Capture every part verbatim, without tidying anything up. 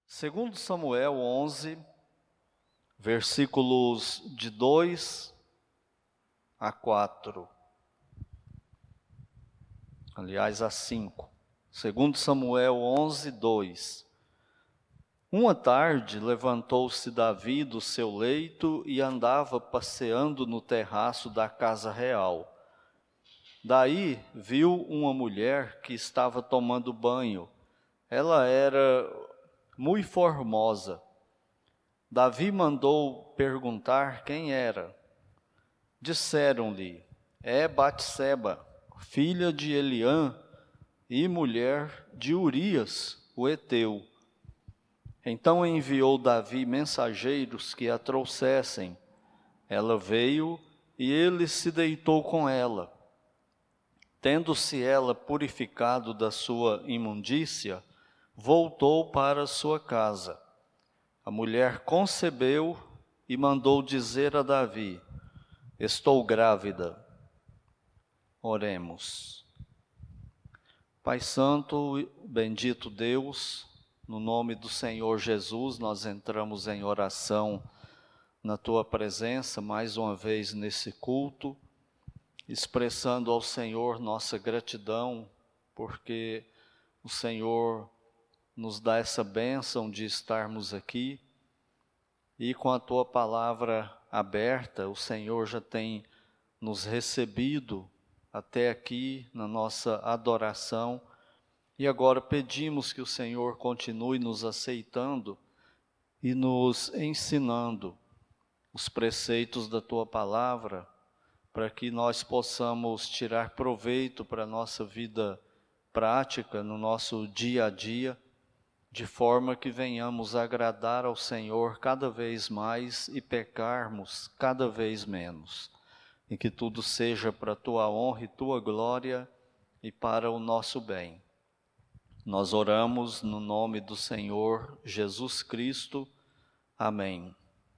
Segundo Samuel onze, versículos de dois a quatro. Aliás, a cinco. Segundo Samuel onze, dois. Uma tarde levantou-se Davi do seu leito e andava passeando no terraço da casa real. Daí viu uma mulher que estava tomando banho. Ela era muito formosa. Davi mandou perguntar quem era. Disseram-lhe: é Batseba, filha de Eliã e mulher de Urias, o heteu. Então enviou Davi mensageiros que a trouxessem. Ela veio e ele se deitou com ela. Tendo-se ela purificado da sua imundícia, voltou para sua casa. A mulher concebeu e mandou dizer a Davi: estou grávida. Oremos. Pai Santo, bendito Deus, no nome do Senhor Jesus, nós entramos em oração na Tua presença, mais uma vez nesse culto, expressando ao Senhor nossa gratidão, porque o Senhor nos dá essa bênção de estarmos aqui, e com a Tua palavra aberta, o Senhor já tem nos recebido até aqui na nossa adoração, e agora pedimos que o Senhor continue nos aceitando e nos ensinando os preceitos da Tua palavra, para que nós possamos tirar proveito para a nossa vida prática, no nosso dia a dia, de forma que venhamos agradar ao Senhor cada vez mais e pecarmos cada vez menos. E que tudo seja para a Tua honra e Tua glória e para o nosso bem. Nós oramos no nome do Senhor Jesus Cristo. Amém.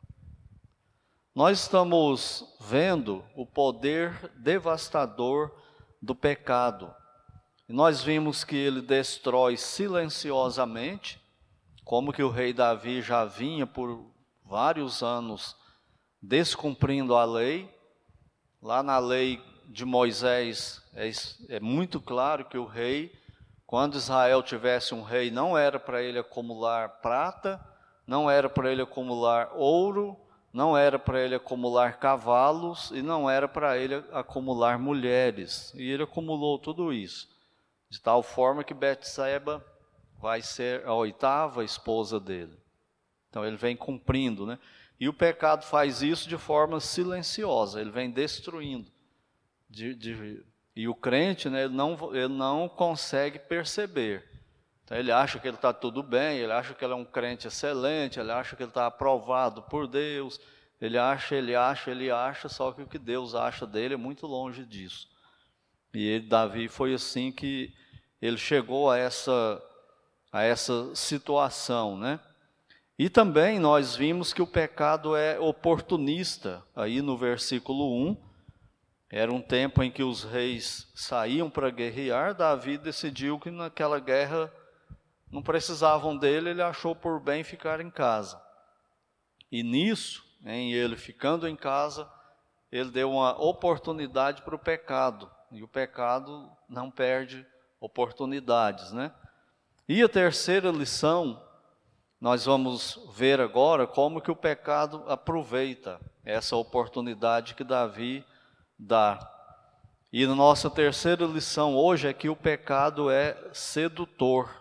Nós estamos vendo o poder devastador do pecado. E nós vimos que ele destrói silenciosamente, como que o rei Davi já vinha por vários anos descumprindo a lei. Lá na lei de Moisés é, é muito claro que o rei, quando Israel tivesse um rei, não era para ele acumular prata, não era para ele acumular ouro, não era para ele acumular cavalos e não era para ele acumular mulheres. E ele acumulou tudo isso, de tal forma que Betseba vai ser a oitava esposa dele. Então ele vem cumprindo, né? E o pecado faz isso de forma silenciosa, ele vem destruindo. De, de, e o crente, né, ele, não, ele não consegue perceber. Então ele acha que ele está tudo bem, ele acha que ele é um crente excelente, ele acha que ele está aprovado por Deus, ele acha, ele acha, ele acha, só que o que Deus acha dele é muito longe disso. E ele, Davi foi assim que ele chegou a essa, a essa situação, né? E também nós vimos que o pecado é oportunista. Aí no versículo um, era um tempo em que os reis saíam para guerrear. Davi decidiu que naquela guerra não precisavam dele, ele achou por bem ficar em casa. E nisso, em ele ficando em casa, ele deu uma oportunidade para o pecado. E o pecado não perde oportunidades, né? E a terceira lição, nós vamos ver agora como que o pecado aproveita essa oportunidade que Davi dá. E a nossa terceira lição hoje é que o pecado é sedutor.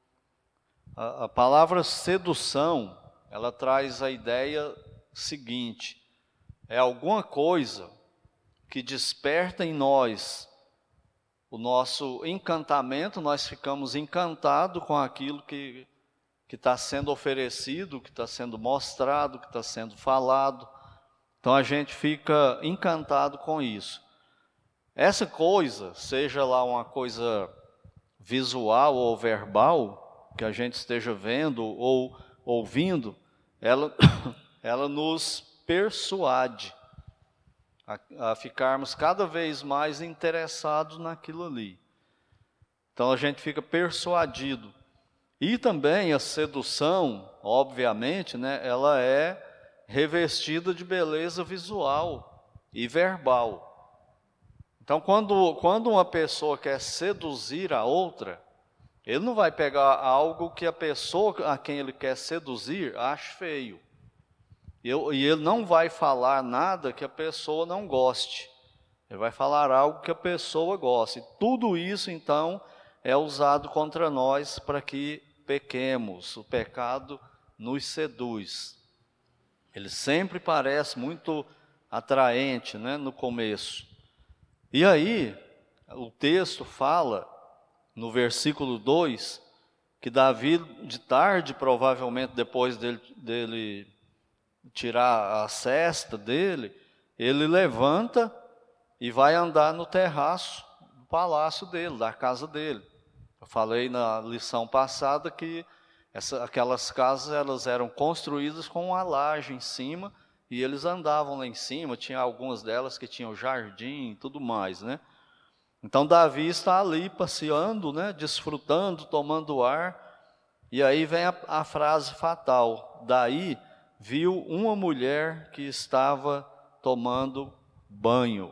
A, a palavra sedução, ela traz a ideia seguinte: é alguma coisa que desperta em nós o nosso encantamento, nós ficamos encantados com aquilo que que está sendo oferecido, que está sendo mostrado, que está sendo falado. Então a gente fica encantado com isso. Essa coisa, seja lá uma coisa visual ou verbal, que a gente esteja vendo ou ouvindo, ela, ela nos persuade a, a ficarmos cada vez mais interessados naquilo ali. Então a gente fica persuadido. E também a sedução, obviamente, né, ela é revestida de beleza visual e verbal. Então, quando, quando uma pessoa quer seduzir a outra, ele não vai pegar algo que a pessoa a quem ele quer seduzir ache feio. E ele não vai falar nada que a pessoa não goste. Ele vai falar algo que a pessoa goste. Tudo isso, então, é usado contra nós para que pequemos. O pecado nos seduz. Ele sempre parece muito atraente, né, no começo. E aí, o texto fala, no versículo dois, que Davi, de tarde, provavelmente depois dele, dele tirar a cesta dele, ele levanta e vai andar no terraço do palácio dele, da casa dele. Eu falei na lição passada que essa, aquelas casas elas eram construídas com uma laje em cima e eles andavam lá em cima, tinha algumas delas que tinham jardim e tudo mais, né? Então Davi está ali passeando, né, desfrutando, tomando ar, e aí vem a, a frase fatal: daí viu uma mulher que estava tomando banho.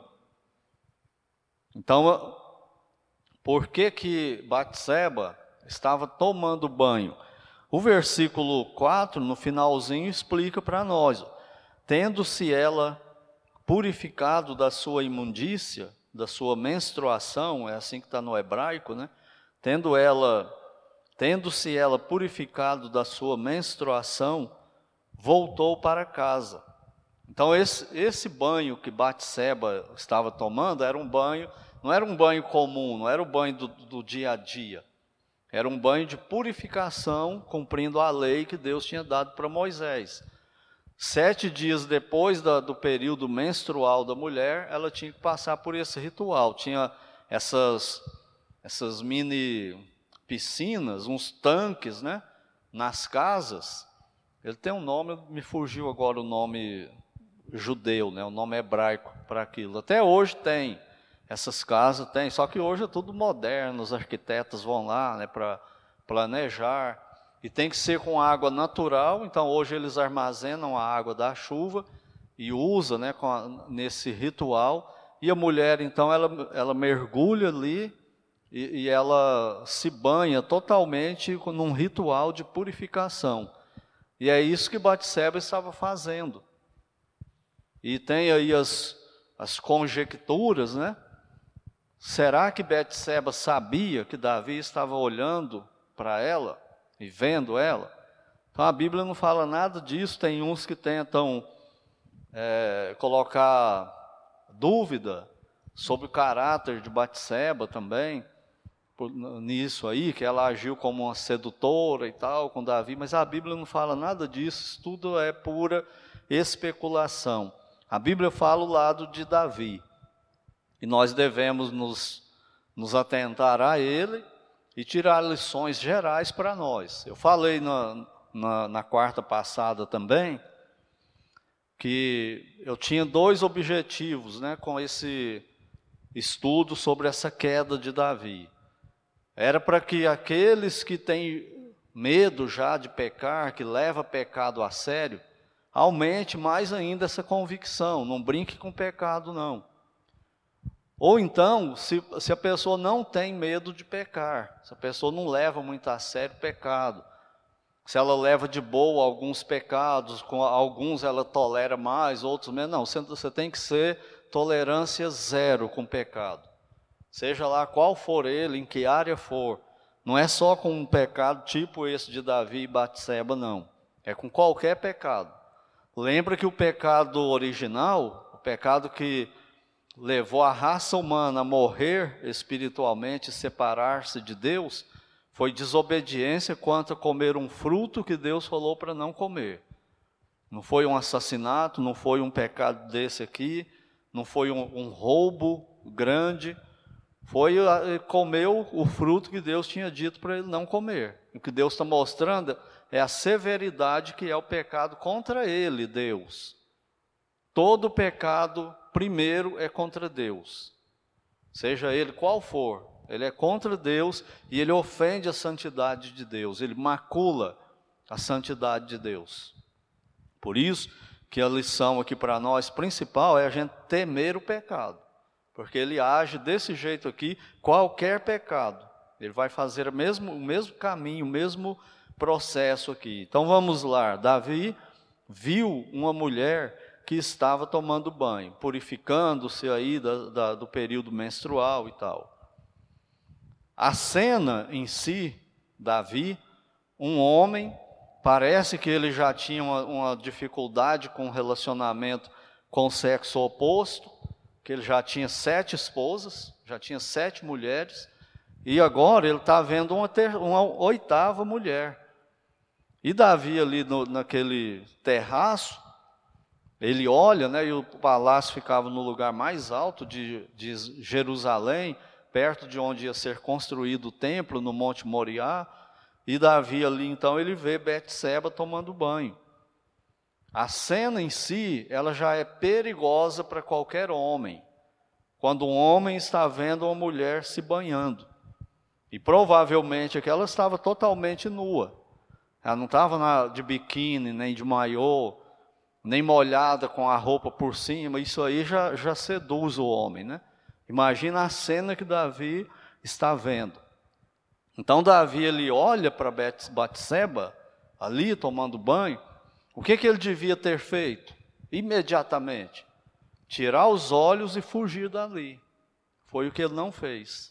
Então, por que que Batseba estava tomando banho? O versículo quatro, no finalzinho, explica para nós: tendo-se ela purificado da sua imundícia, da sua menstruação, é assim que está no hebraico, né? Tendo ela, tendo-se ela purificado da sua menstruação, voltou para casa. Então esse, esse banho que Batseba estava tomando era um banho, não era um banho comum, não era o banho do, do dia a dia. Era um banho de purificação, cumprindo a lei que Deus tinha dado para Moisés. Sete dias depois da, do período menstrual da mulher, ela tinha que passar por esse ritual. Tinha essas, essas mini piscinas, uns tanques, né, nas casas. Ele tem um nome, me fugiu agora o nome judeu, né, o nome hebraico para aquilo. Até hoje tem, essas casas tem, só que hoje é tudo moderno, os arquitetos vão lá, né, para planejar. E tem que ser com água natural, então hoje eles armazenam a água da chuva e usam, né, com a, nesse ritual. E a mulher, então, ela, ela mergulha ali e, e ela se banha totalmente num ritual de purificação. E é isso que Batseba estava fazendo. E tem aí as, as conjecturas, né? Será que Batseba sabia que Davi estava olhando para ela e vendo ela? Então a Bíblia não fala nada disso. Tem uns que tentam é, colocar dúvida sobre o caráter de Batseba também, por, nisso aí, que ela agiu como uma sedutora e tal com Davi, mas a Bíblia não fala nada disso. Isso tudo é pura especulação. A Bíblia fala o lado de Davi, e nós devemos nos, nos atentar a ele e tirar lições gerais para nós. Eu falei na, na, na quarta passada também, que eu tinha dois objetivos, né, com esse estudo sobre essa queda de Davi. Era para que aqueles que têm medo já de pecar, que leva pecado a sério, aumente mais ainda essa convicção, não brinque com pecado não. Ou então, se, se a pessoa não tem medo de pecar, se a pessoa não leva muito a sério o pecado, se ela leva de boa alguns pecados, com alguns ela tolera mais, outros menos, não, você, você tem que ser tolerância zero com o pecado. Seja lá qual for ele, em que área for, não é só com um pecado tipo esse de Davi e Batseba, não. É com qualquer pecado. Lembra que o pecado original, o pecado que levou a raça humana a morrer espiritualmente, separar-se de Deus, foi desobediência quanto a comer um fruto que Deus falou para não comer. Não foi um assassinato, não foi um pecado desse aqui, não foi um, um roubo grande, foi comer o fruto que Deus tinha dito para ele não comer. O que Deus está mostrando é a severidade que é o pecado contra ele, Deus. Todo pecado primeiro é contra Deus, seja ele qual for, Ele é contra Deus e ele ofende a santidade de Deus. Ele macula a santidade de Deus. Por isso que a lição aqui para nós principal é a gente temer o pecado. Porque ele age desse jeito aqui, qualquer pecado. Ele vai fazer o mesmo, o mesmo caminho, o mesmo processo aqui. Então vamos lá. Davi viu uma mulher que estava tomando banho, purificando-se aí da, da, do período menstrual e tal. A cena em si, Davi, um homem, parece que ele já tinha uma, uma dificuldade com o relacionamento com o sexo oposto, que ele já tinha sete esposas, já tinha sete mulheres, e agora ele está vendo uma, ter, uma oitava mulher. E Davi ali no, naquele terraço, ele olha, né, e o palácio ficava no lugar mais alto de, de Jerusalém, perto de onde ia ser construído o templo, no Monte Moriá, e Davi ali, então, ele vê Betseba tomando banho. A cena em si, ela já é perigosa para qualquer homem, quando um homem está vendo uma mulher se banhando. E provavelmente aquela estava totalmente nua. Ela não estava na, de biquíni, nem de maiô, nem molhada com a roupa por cima. Isso aí já, já seduz o homem, né? Imagina a cena que Davi está vendo. Então Davi, ele olha para Betseba, ali tomando banho. O que, que ele devia ter feito? Imediatamente, tirar os olhos e fugir dali. Foi o que ele não fez.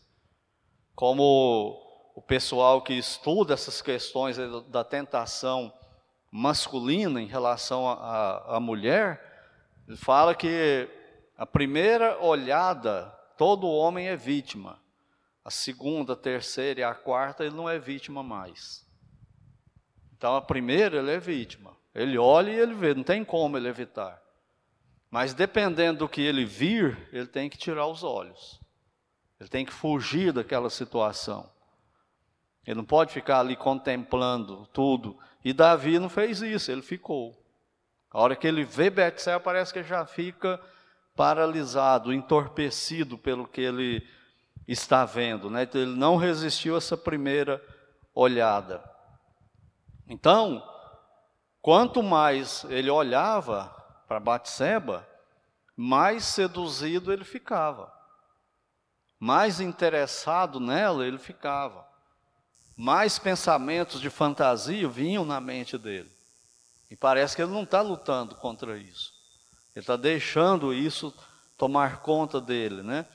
Como o pessoal que estuda essas questões da tentação masculina em relação à mulher, ele fala que a primeira olhada, todo homem é vítima. A segunda, a terceira e a quarta, ele não é vítima mais. Então a primeira, ele é vítima. Ele olha e ele vê, não tem como ele evitar. Mas dependendo do que ele vir, ele tem que tirar os olhos. Ele tem que fugir daquela situação. Ele não pode ficar ali contemplando tudo. E Davi não fez isso, ele ficou. A hora que ele vê Betseba, parece que ele já fica paralisado, entorpecido pelo que ele está vendo, né? Então, ele não resistiu a essa primeira olhada. Então, quanto mais ele olhava para Betseba, mais seduzido ele ficava. Mais interessado nela ele ficava. Mais pensamentos de fantasia vinham na mente dele. E parece que ele não está lutando contra isso. Ele está deixando isso tomar conta dele, né?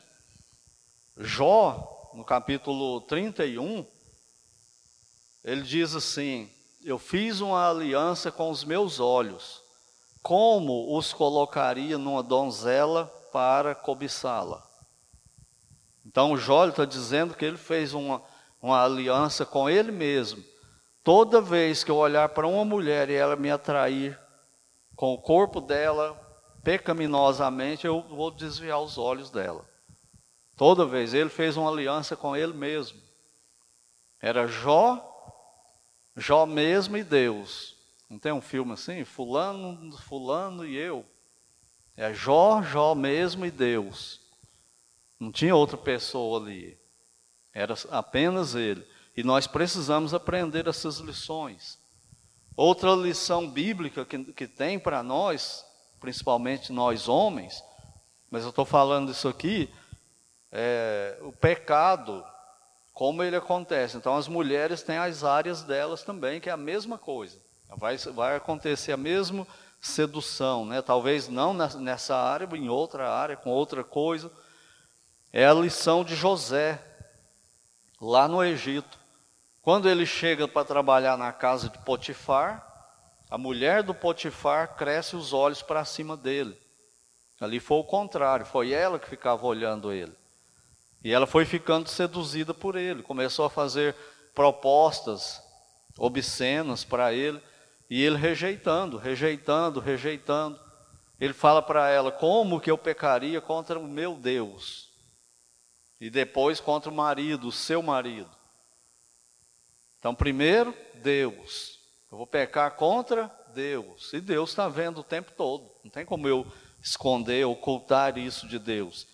Jó, no capítulo trinta e um, ele diz assim: eu fiz uma aliança com os meus olhos, como os colocaria numa donzela para cobiçá-la. Então Jó está dizendo que ele fez uma, uma aliança com ele mesmo. Toda vez que eu olhar para uma mulher e ela me atrair com o corpo dela pecaminosamente, eu vou desviar os olhos dela. Toda vez ele fez uma aliança com ele mesmo. Era Jó, Jó mesmo e Deus. Não tem um filme assim? Fulano, fulano e eu. É Jó, Jó mesmo e Deus. Não tinha outra pessoa ali. Era apenas ele. E nós precisamos aprender essas lições. Outra lição bíblica que, que tem para nós, principalmente nós homens, mas eu estou falando isso aqui, é o pecado, como ele acontece. Então as mulheres têm as áreas delas também, que é a mesma coisa. Vai, vai acontecer a mesma sedução, né? Talvez não nessa área, em outra área, com outra coisa. É a lição de José, lá no Egito. Quando ele chega para trabalhar na casa de Potifar, a mulher do Potifar cresce os olhos para cima dele. Ali foi o contrário, foi ela que ficava olhando ele. E ela foi ficando seduzida por ele, começou a fazer propostas obscenas para ele, e ele rejeitando, rejeitando, rejeitando. Ele fala para ela: como que eu pecaria contra o meu Deus? E depois contra o marido, o seu marido. Então, primeiro, Deus. Eu vou pecar contra Deus. E Deus está vendo o tempo todo. Não tem como eu esconder, ocultar isso de Deus.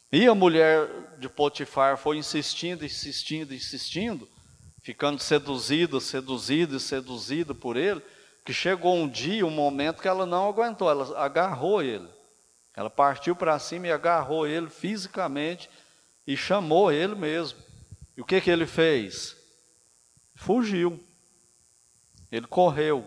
E a mulher de Potifar foi insistindo, insistindo, insistindo, ficando seduzida, seduzida e seduzida por ele, que chegou um dia, um momento que ela não aguentou, ela agarrou ele. Ela partiu para cima e agarrou ele fisicamente e chamou ele mesmo. E o que que ele fez? Fugiu. Ele correu.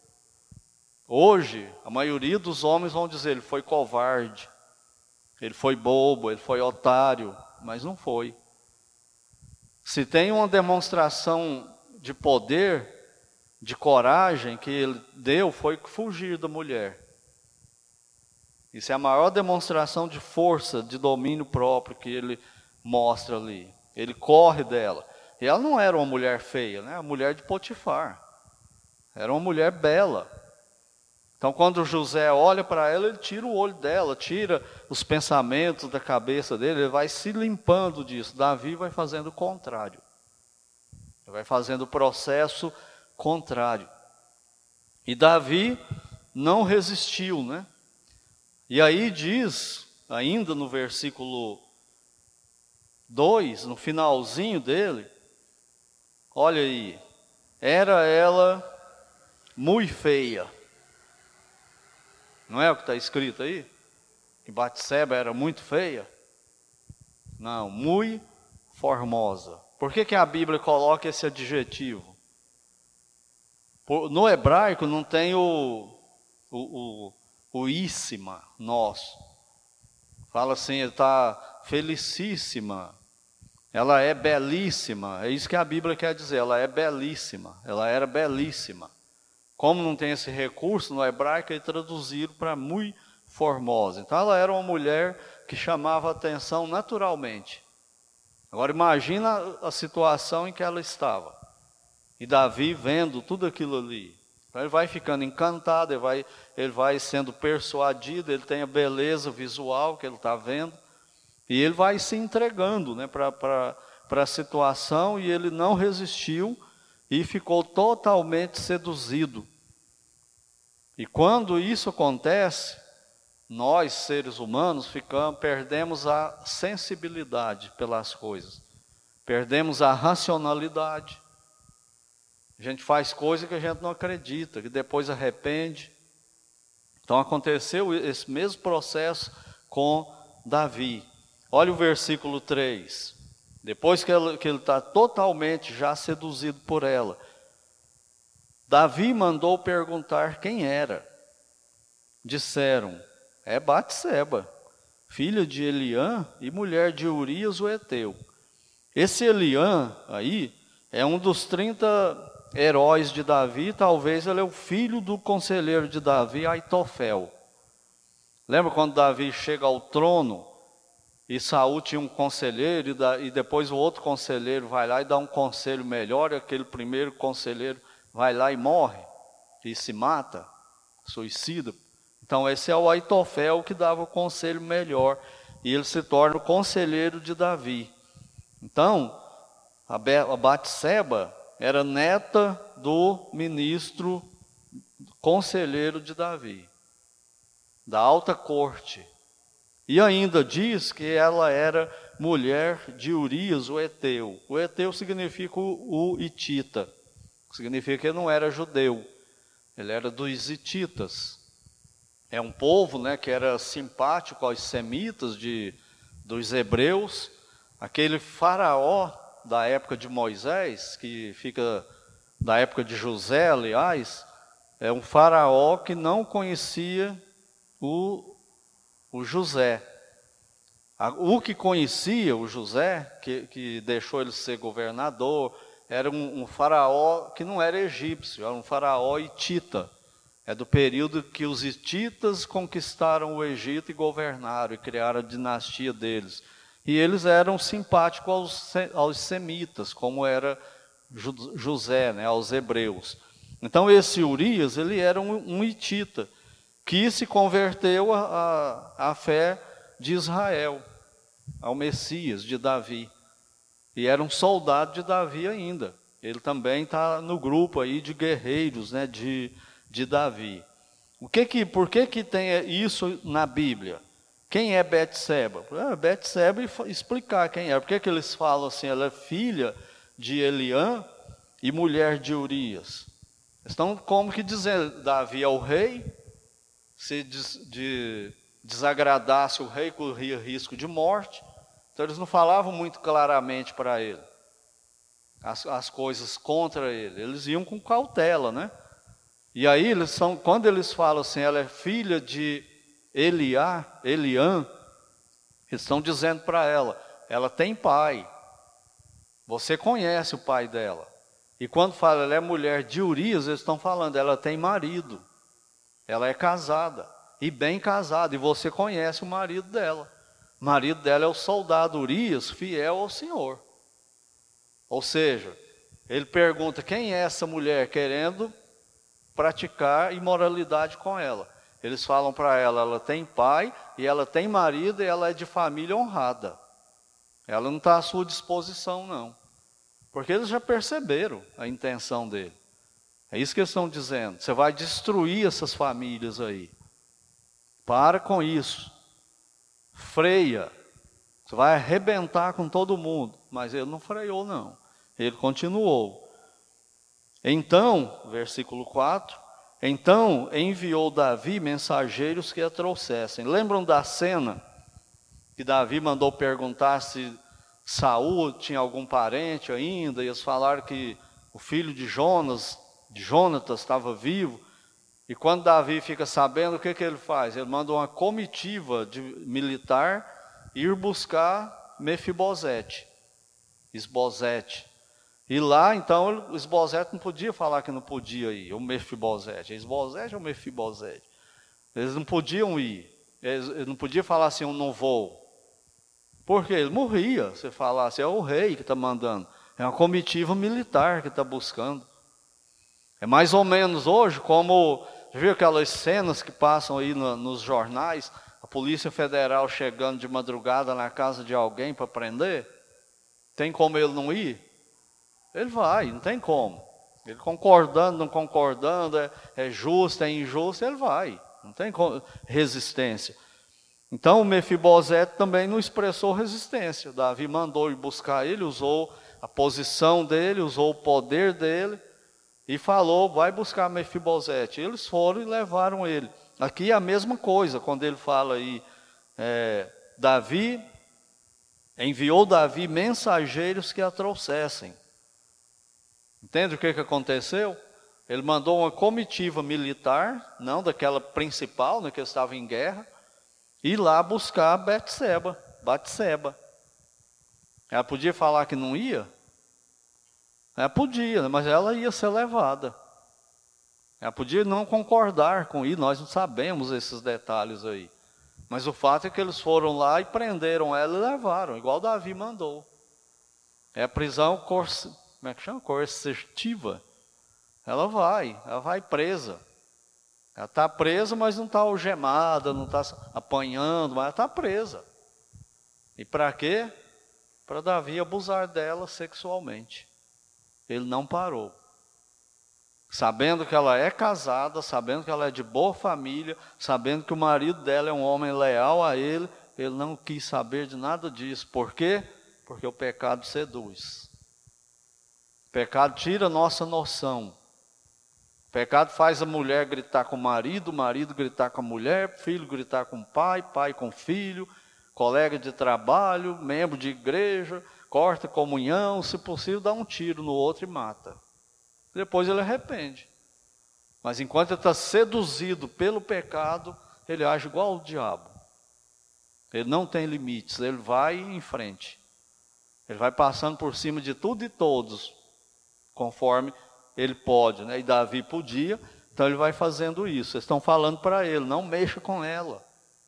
Hoje, a maioria dos homens vão dizer, ele foi covarde, ele foi bobo, ele foi otário, mas não foi. Se tem uma demonstração de poder, de coragem que ele deu, foi fugir da mulher. Isso é a maior demonstração de força, de domínio próprio que ele mostra ali. Ele corre dela. E ela não era uma mulher feia, né? A mulher de Potifar. Era uma mulher bela. Então, quando José olha para ela, ele tira o olho dela, tira os pensamentos da cabeça dele, ele vai se limpando disso. Davi vai fazendo o contrário. Ele vai fazendo o processo contrário. E Davi não resistiu, né? E aí diz, ainda no versículo dois, no finalzinho dele, olha aí, era ela muito feia. Não é o que está escrito aí? Que Batseba era muito feia? Não, muito formosa. Por que que a Bíblia coloca esse adjetivo? No hebraico não tem o, o, o, o íssima, nosso. Fala assim, ele está felicíssima. Ela é belíssima. É isso que a Bíblia quer dizer, ela é belíssima. Ela era belíssima. Como não tem esse recurso no hebraico, eles traduziram para muito formosa. Então ela era uma mulher que chamava a atenção naturalmente. Agora imagina a situação em que ela estava. E Davi vendo tudo aquilo ali. Então ele vai ficando encantado, ele vai, ele vai sendo persuadido, ele tem a beleza visual que ele está vendo. E ele vai se entregando, né, para para a situação, e ele não resistiu e ficou totalmente seduzido. E quando isso acontece, nós, seres humanos, ficamos, perdemos a sensibilidade pelas coisas. Perdemos a racionalidade. A gente faz coisas que a gente não acredita, que depois arrepende. Então aconteceu esse mesmo processo com Davi. Olha o versículo três. Depois que ele está totalmente já seduzido por ela, Davi mandou perguntar quem era. Disseram, é Batseba, filha de Eliã e mulher de Urias o Heteu. Esse Eliã aí é um dos trinta heróis de Davi, talvez ele é o filho do conselheiro de Davi, Aitofel. Lembra quando Davi chega ao trono e Saul tinha um conselheiro e depois o outro conselheiro vai lá e dá um conselho melhor, e aquele primeiro conselheiro vai lá e morre, e se mata, suicida. Então esse é o Aitofel que dava o conselho melhor, e ele se torna o conselheiro de Davi. Então, a Batseba era neta do ministro conselheiro de Davi, da alta corte. E ainda diz que ela era mulher de Urias, o Heteu. O Heteu significa o, o hitita. Significa que ele não era judeu, ele era dos hititas. É um povo, né, que era simpático aos semitas, de, dos hebreus. Aquele faraó da época de Moisés, que fica da época de José, aliás, é um faraó que não conhecia o, o José. O que conhecia o José, que, que deixou ele ser governador, era um, um faraó que não era egípcio, era um faraó hitita. É do período que os hititas conquistaram o Egito e governaram, e criaram a dinastia deles. E eles eram simpáticos aos, aos semitas, como era José, né, aos hebreus. Então esse Urias, ele era um, um hitita, que se converteu à fé de Israel, ao Messias, de Davi. E era um soldado de Davi ainda. Ele também está no grupo aí de guerreiros, né, de, de Davi. O que que, por que que tem isso na Bíblia? Quem é Betseba? É, Betseba, e explicar quem é. Por que que eles falam assim? Ela é filha de Eliã e mulher de Urias. Estão como que dizendo, Davi é o rei, se des, de, desagradasse o rei, corria risco de morte. Então eles não falavam muito claramente para ele as, as coisas contra ele. Eles iam com cautela, né? E aí, eles são, quando eles falam assim, ela é filha de Eliá, Eliã, eles estão dizendo para ela, ela tem pai, você conhece o pai dela. E quando fala, ela é mulher de Urias, eles estão falando, ela tem marido, ela é casada, e bem casada, e você conhece o marido dela. O marido dela é o soldado Urias, fiel ao Senhor. Ou seja, ele pergunta, quem é essa mulher querendo praticar imoralidade com ela? Eles falam para ela, ela tem pai, e ela tem marido, e ela é de família honrada. Ela não está à sua disposição, não. Porque eles já perceberam a intenção dele. É isso que eles estão dizendo. Você vai destruir essas famílias aí. Para com isso. Freia. Você vai arrebentar com todo mundo. Mas ele não freou, não. Ele continuou. Então, versículo quatro, então enviou Davi mensageiros que a trouxessem. Lembram da cena que Davi mandou perguntar se Saul tinha algum parente ainda, e eles falaram que o filho de Jonas, de Jonatas estava vivo. E quando Davi fica sabendo, o que, que ele faz? Ele manda uma comitiva de militar ir buscar Mefibosete, Esbozete. E lá, então, o Esbozete não podia falar que não podia ir, o Mefibosete. É Esbozete ou Mefibosete? Eles não podiam ir. Eles, eles não podiam falar assim, eu não vou. Porque ele morria. Você falasse, é o rei que está mandando. É uma comitiva militar que está buscando. É mais ou menos hoje como... Já viu aquelas cenas que passam aí no, nos jornais? A Polícia Federal chegando de madrugada na casa de alguém para prender? Tem como ele não ir? Ele vai, não tem como. Ele concordando, não concordando, é, é justo, é injusto, ele vai. Não tem resistência. Então o Mefibosete também não expressou resistência. Davi mandou ir buscar ele, usou a posição dele, usou o poder dele e falou, vai buscar Mefibosete. Eles foram e levaram ele. Aqui é a mesma coisa, quando ele fala aí, é, Davi, enviou Davi mensageiros que a trouxessem. Entende o que, que aconteceu? Ele mandou uma comitiva militar, não daquela principal, né, que estava em guerra, ir lá buscar Betseba, Batseba. Ela podia falar que não ia? Ela podia, mas ela ia ser levada. Ela podia não concordar com isso, nós não sabemos esses detalhes aí. Mas o fato é que eles foram lá e prenderam ela e levaram, igual Davi mandou. É a prisão coercitiva. Como é que chama? Coercitiva. Ela vai, ela vai presa. Ela está presa, mas não está algemada, não está apanhando, mas ela está presa. E para quê? Para Davi abusar dela sexualmente. Ele não parou. Sabendo que ela é casada, sabendo que ela é de boa família, sabendo que o marido dela é um homem leal a ele, ele não quis saber de nada disso. Por quê? Porque o pecado seduz. O pecado tira a nossa noção. O pecado faz a mulher gritar com o marido, o marido gritar com a mulher, filho gritar com o pai, pai com o filho, colega de trabalho, membro de igreja, corta comunhão, se possível dá um tiro no outro e mata. Depois ele arrepende. Mas enquanto ele está seduzido pelo pecado, ele age igual ao diabo. Ele não tem limites, ele vai em frente. Ele vai passando por cima de tudo e todos, conforme ele pode, né? E Davi podia, então ele vai fazendo isso. Eles estão falando para ele, não mexa com ela.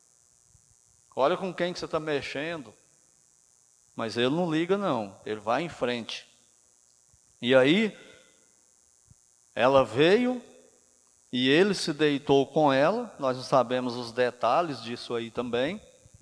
Olha com quem que você está mexendo. Mas ele não liga não, ele vai em frente. E aí, ela veio e ele se deitou com ela, nós não sabemos os detalhes disso aí também.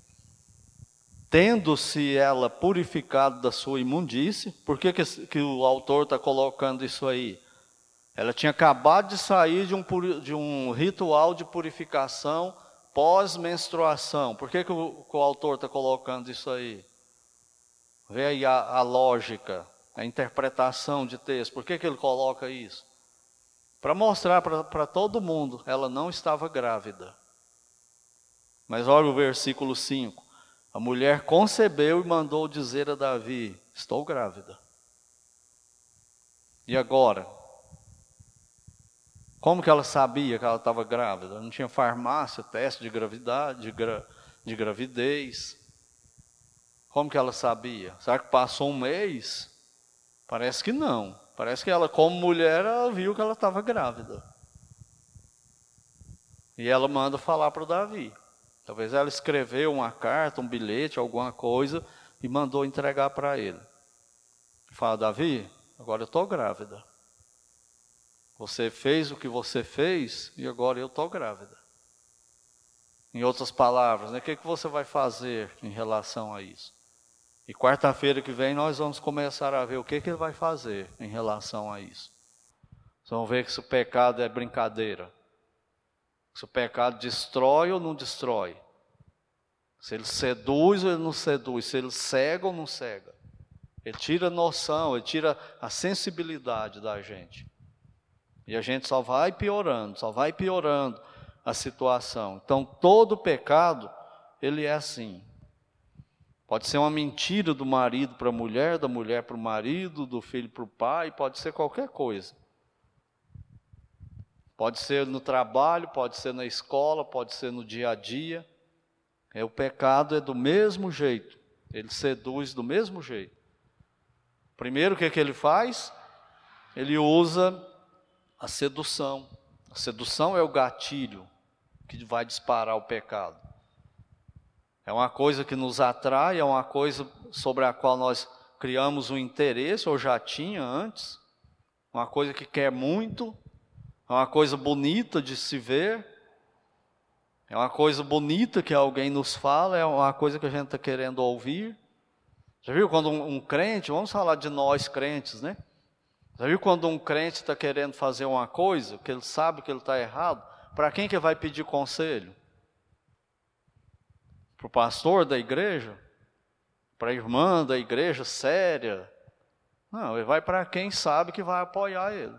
Tendo-se ela purificado da sua imundície, por que, que, que o autor está colocando isso aí? Ela tinha acabado de sair de um, de um ritual de purificação pós-menstruação. Por que, que, o, que o autor está colocando isso aí? Vê aí a, a lógica, a interpretação de texto. Por que, que ele coloca isso? Para mostrar para todo mundo, ela não estava grávida. Mas olha o versículo cinco. A mulher concebeu e mandou dizer a Davi, estou grávida. E agora? Como que ela sabia que ela estava grávida? Não tinha farmácia, teste de gravidade, de, gra, de gravidez. Como que ela sabia? Será que passou um mês? Parece que não. Parece que ela, como mulher, ela viu que ela estava grávida. E ela manda falar para o Davi. Talvez ela escreveu uma carta, um bilhete, alguma coisa, e mandou entregar para ele. Fala, Davi, agora eu estou grávida. Você fez o que você fez e agora eu estou grávida. Em outras palavras, né, o que, que você vai fazer em relação a isso? E quarta-feira que vem nós vamos começar a ver o que, que ele vai fazer em relação a isso. Vocês vão ver que se o pecado é brincadeira. Se o pecado destrói ou não destrói. Se ele seduz ou ele não seduz. Se ele cega ou não cega. Ele tira a noção, ele tira a sensibilidade da gente. E a gente só vai piorando, só vai piorando a situação. Então todo pecado, ele é assim. Pode ser uma mentira do marido para a mulher, da mulher para o marido, do filho para o pai, pode ser qualquer coisa. Pode ser no trabalho, pode ser na escola, pode ser no dia a dia. É, o pecado é do mesmo jeito, ele seduz do mesmo jeito. Primeiro, o que, que ele faz? Ele usa a sedução. A sedução é o gatilho que vai disparar o pecado. É uma coisa que nos atrai, é uma coisa sobre a qual nós criamos um interesse, ou já tinha antes. Uma coisa que quer muito, é uma coisa bonita de se ver. É uma coisa bonita que alguém nos fala, é uma coisa que a gente está querendo ouvir. Já viu quando um, um crente, vamos falar de nós crentes, né? Já viu quando um crente está querendo fazer uma coisa, que ele sabe que ele está errado, para quem que vai pedir conselho? Para o pastor da igreja? Para a irmã da igreja séria? Não, ele vai para quem sabe que vai apoiar ele.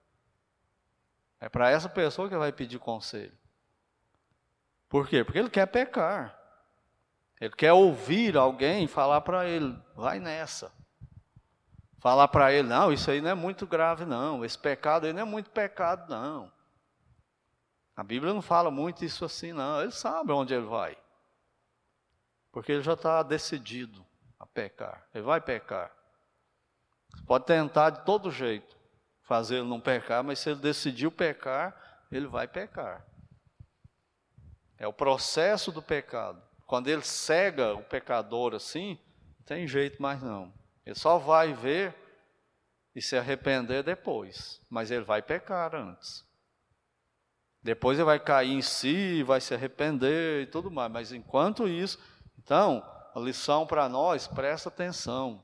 É para essa pessoa que vai pedir conselho. Por quê? Porque ele quer pecar. Ele quer ouvir alguém falar para ele, vai nessa. Falar para ele, não, isso aí não é muito grave não, esse pecado aí não é muito pecado não. A Bíblia não fala muito isso assim não, ele sabe onde ele vai. Porque ele já está decidido a pecar, ele vai pecar. Você pode tentar de todo jeito fazer ele não pecar, mas se ele decidiu pecar, ele vai pecar. É o processo do pecado. Quando ele cega o pecador assim, não tem jeito mais não. Ele só vai ver e se arrepender depois, mas ele vai pecar antes. Depois ele vai cair em si, vai se arrepender e tudo mais, mas enquanto isso, então, a lição para nós, presta atenção.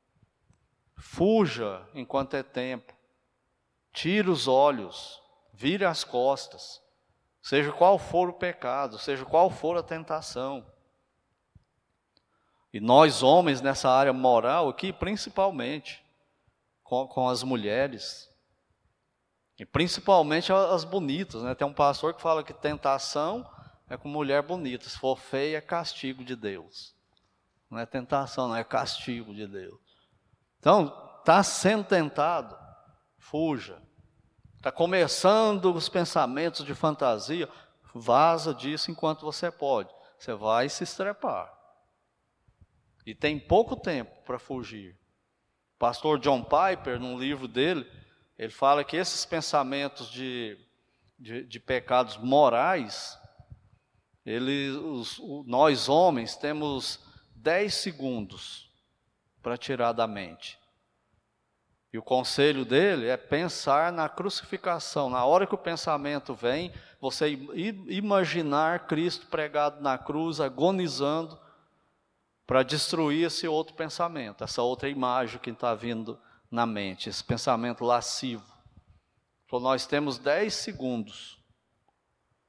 Fuja enquanto é tempo. Tire os olhos, vire as costas. Seja qual for o pecado, seja qual for a tentação. E nós homens nessa área moral aqui, principalmente, com, com as mulheres. E principalmente as bonitas, né? Tem um pastor que fala que tentação é com mulher bonita. Se for feia, é castigo de Deus. Não é tentação, não, é castigo de Deus. Então, está sendo tentado, fuja. Está começando os pensamentos de fantasia, vaza disso enquanto você pode. Você vai se estrepar. E tem pouco tempo para fugir. O pastor John Piper, num livro dele, ele fala que esses pensamentos de, de, de pecados morais, ele, os, nós homens temos dez segundos para tirar da mente. E o conselho dele é pensar na crucificação. Na hora que o pensamento vem, você imaginar Cristo pregado na cruz, agonizando, para destruir esse outro pensamento, essa outra imagem que está vindo na mente, esse pensamento lascivo. Então nós temos dez segundos.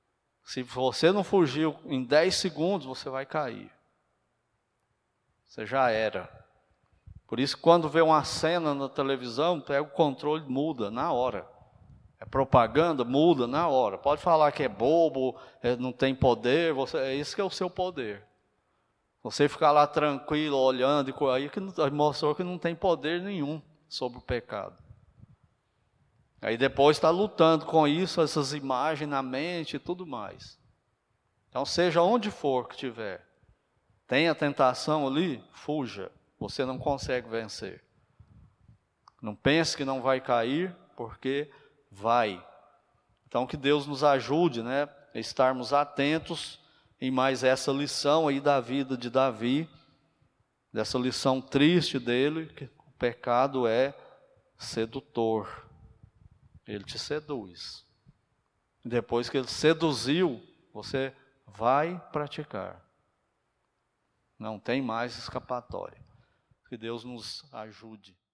Se você não fugiu em dez segundos, você vai cair. Você já era. Por isso, quando vê uma cena na televisão, pega o controle e muda na hora. É propaganda, muda na hora. Pode falar que é bobo, é, não tem poder, você, é isso que é o seu poder. Você ficar lá tranquilo, olhando, e aí que mostrou que não tem poder nenhum sobre o pecado. Aí depois está lutando com isso, essas imagens na mente e tudo mais. Então, seja onde for que tiver, tem a tentação ali, fuja. Você não consegue vencer. Não pense que não vai cair, porque vai. Então, que Deus nos ajude, né, a estarmos atentos em mais essa lição aí da vida de Davi, dessa lição triste dele, que o pecado é sedutor. Ele te seduz. Depois que ele seduziu, você vai praticar. Não tem mais escapatória. Que Deus nos ajude.